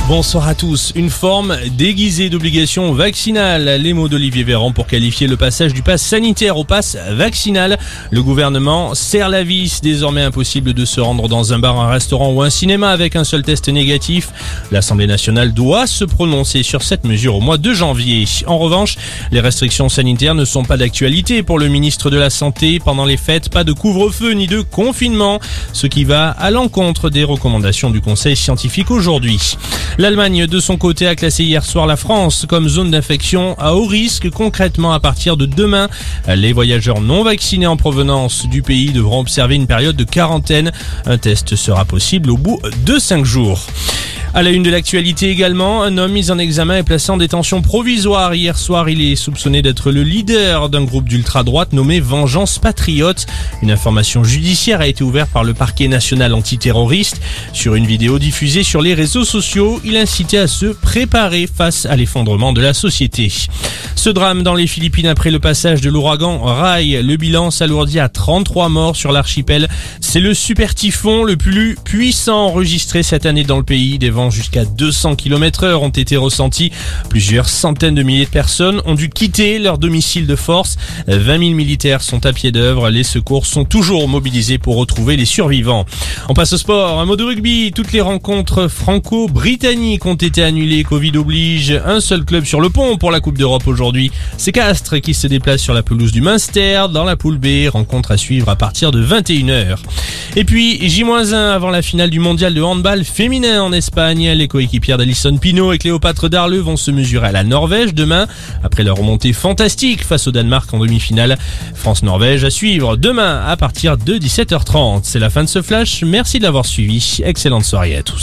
Bonsoir à tous. Une forme déguisée d'obligation vaccinale. Les mots d'Olivier Véran pour qualifier le passage du pass sanitaire au pass vaccinal. Le gouvernement serre la vis. Désormais impossible de se rendre dans un bar, un restaurant ou un cinéma avec un seul test négatif. L'Assemblée nationale doit se prononcer sur cette mesure au mois de janvier. En revanche, les restrictions sanitaires ne sont pas d'actualité pour le ministre de la Santé. Pendant les fêtes, pas de couvre-feu ni de confinement, ce qui va à l'encontre des recommandations du Conseil scientifique aujourd'hui. L'Allemagne, de son côté, a classé hier soir la France comme zone d'infection à haut risque. Concrètement, à partir de demain, les voyageurs non vaccinés en provenance du pays devront observer une période de quarantaine. Un test sera possible au bout de 5 jours. À la une de l'actualité également, un homme mis en examen est placé en détention provisoire. Hier soir, il est soupçonné d'être le leader d'un groupe d'ultra-droite nommé Vengeance Patriote. Une information judiciaire a été ouverte par le parquet national antiterroriste. Sur une vidéo diffusée sur les réseaux sociaux, il incitait à se préparer face à l'effondrement de la société. Ce drame dans les Philippines après le passage de l'ouragan Rai. Le bilan s'alourdit à 33 morts sur l'archipel. C'est le super typhon le plus puissant enregistré cette année dans le pays. Des vents jusqu'à 200 km/h ont été ressentis. Plusieurs centaines de milliers de personnes ont dû quitter leur domicile de force. 20 000 militaires sont à pied d'œuvre. Les secours sont toujours mobilisés pour retrouver les survivants. On passe au sport. Un mot de rugby. Toutes les rencontres franco-britanniques ont été annulées. Covid oblige. Un seul club sur le pont pour la Coupe d'Europe aujourd'hui. C'est Castres qui se déplace sur la pelouse du Munster dans la poule B. Rencontre à suivre à partir de 21h. Et puis J-1 avant la finale du mondial de handball féminin en Espagne. Les coéquipières d'Alison Pinault et Cléopâtre Darleux vont se mesurer à la Norvège demain. Après leur remontée fantastique face au Danemark en demi-finale. France-Norvège à suivre demain à partir de 17h30. C'est la fin de ce flash. Merci de l'avoir suivi. Excellente soirée à tous.